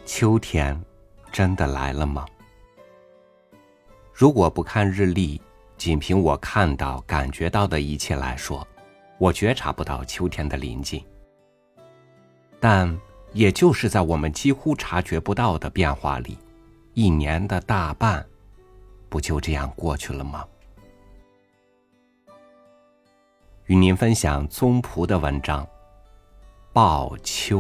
秋天真的来了吗？如果不看日历，仅凭我看到感觉到的一切来说，我觉察不到秋天的临近。但也就是在我们几乎察觉不到的变化里，一年的大半不就这样过去了吗？与您分享宗璞的文章《报秋》。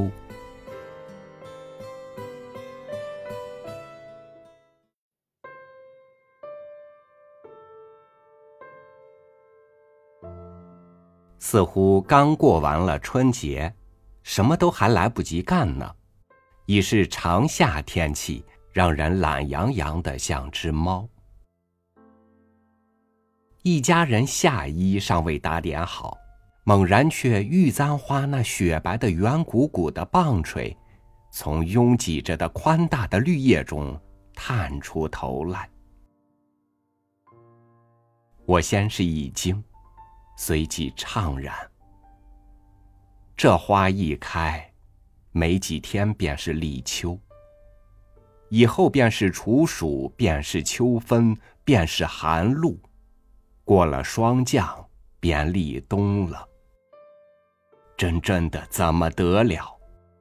似乎刚过完了春节，什么都还来不及干呢，已是长夏天气，让人懒洋洋的像只猫。一家人夏衣尚未打点好，猛然却玉簪花那雪白的圆鼓鼓的棒槌从拥挤着的宽大的绿叶中探出头来。我先是一惊，随即怅然。这花一开，没几天便是立秋，以后便是处暑，便是秋分，便是寒露，过了霜降，便立冬了。真的怎么得了？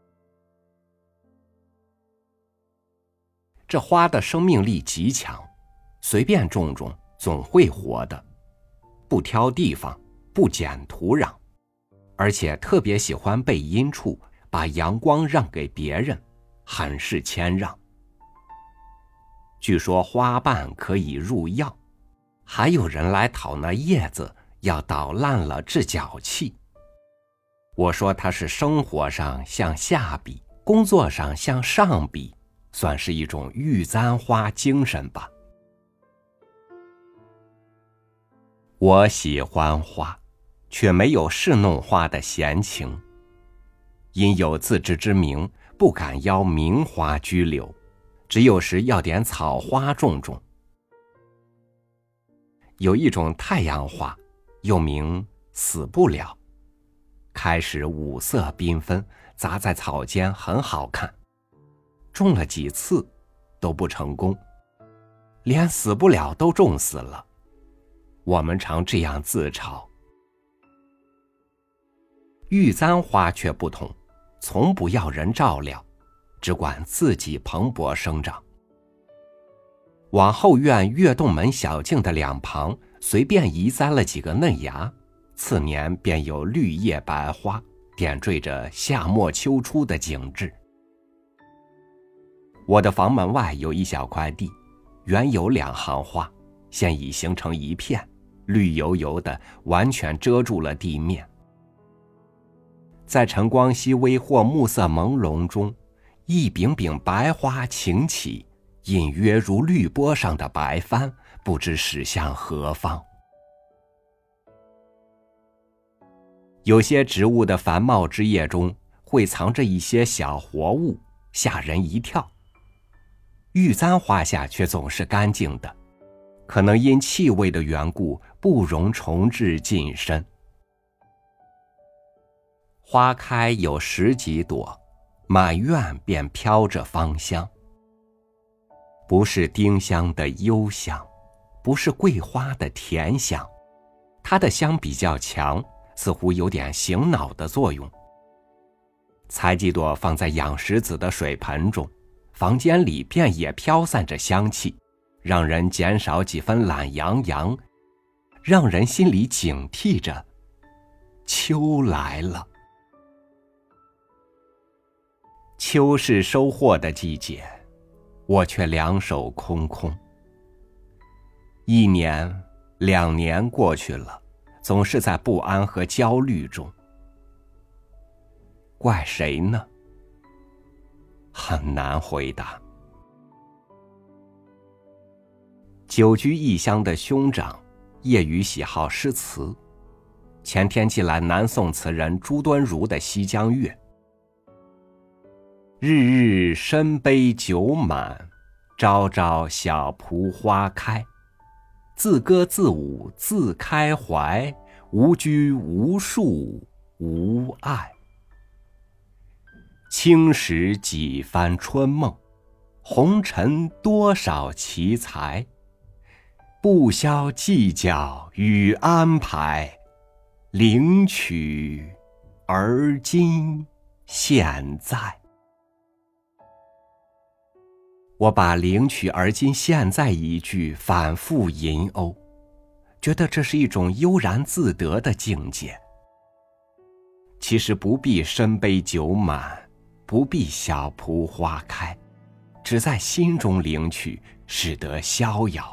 这花的生命力极强，随便种种总会活的，不挑地方，不捡土壤，而且特别喜欢背阴处，把阳光让给别人，很是谦让。据说花瓣可以入药，还有人来讨那叶子，要捣烂了治脚气。我说它是生活上向下比，工作上向上比，算是一种玉簪花精神吧。我喜欢花，却没有侍弄花的闲情，因有自知之明，不敢邀名花居留，只有时要点草花种种。有一种太阳花，又名死不了，开始五色缤纷，杂在草间很好看，种了几次都不成功，连死不了都种死了。我们常这样自嘲。玉簪花却不同，从不要人照料，只管自己蓬勃生长。往后院月洞门小径的两旁随便移栽了几个嫩芽，次年便有绿叶白花，点缀着夏末秋初的景致。我的房门外有一小块地，原有2行花，现已形成一片，绿油油的，完全遮住了地面。在晨光熹微或暮色朦胧中，一柄柄白花擎起，隐约如绿波上的白帆，不知驶向何方。有些植物的繁茂枝叶中会藏着一些小活物，吓人一跳。玉簪花下却总是干净的，可能因气味的缘故，不容虫豸近身。花开有10几朵，满院便飘着芳香。不是丁香的幽香，不是桂花的甜香，它的香比较强，似乎有点醒脑的作用。采几朵放在养石子的水盆中，房间里便也飘散着香气，让人减少几分懒洋洋，让人心里警惕着秋来了。秋是收获的季节，我却两手空空。1年2年过去了，总是在不安和焦虑中。怪谁呢？很难回答。久居异乡的兄长，业余喜好诗词，前天寄来南宋词人朱敦儒的《西江月》。日日深杯酒满，朝朝小圃花开。自歌自舞自开怀，无拘无束无碍。 青史几番春梦，红尘多少奇才。不消计较与安排，领取而今现在。我把领取而今现在一句反复吟殴，觉得这是一种悠然自得的境界。其实不必深杯酒满，不必小圃花开，只在心中领取，使得逍遥。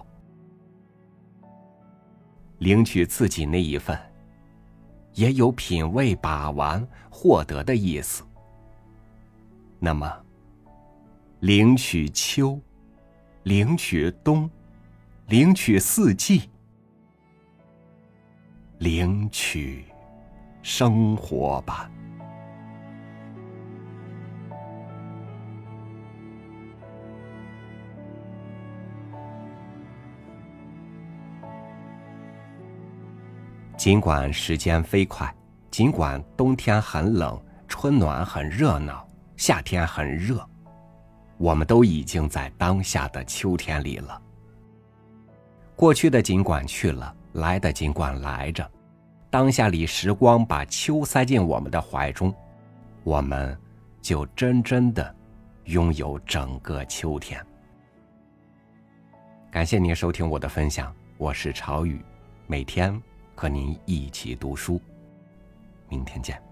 领取自己那一份，也有品味把玩获得的意思。那么领取秋，领取冬，领取四季，领取生活吧。尽管时间飞快，尽管冬天很冷，春暖很热闹，夏天很热，我们都已经在当下的秋天里了。过去的尽管去了，来的尽管来着，当下里时光把秋塞进我们的怀中，我们就真正的拥有整个秋天。感谢您收听我的分享，我是朝雨，每天和您一起读书，明天见。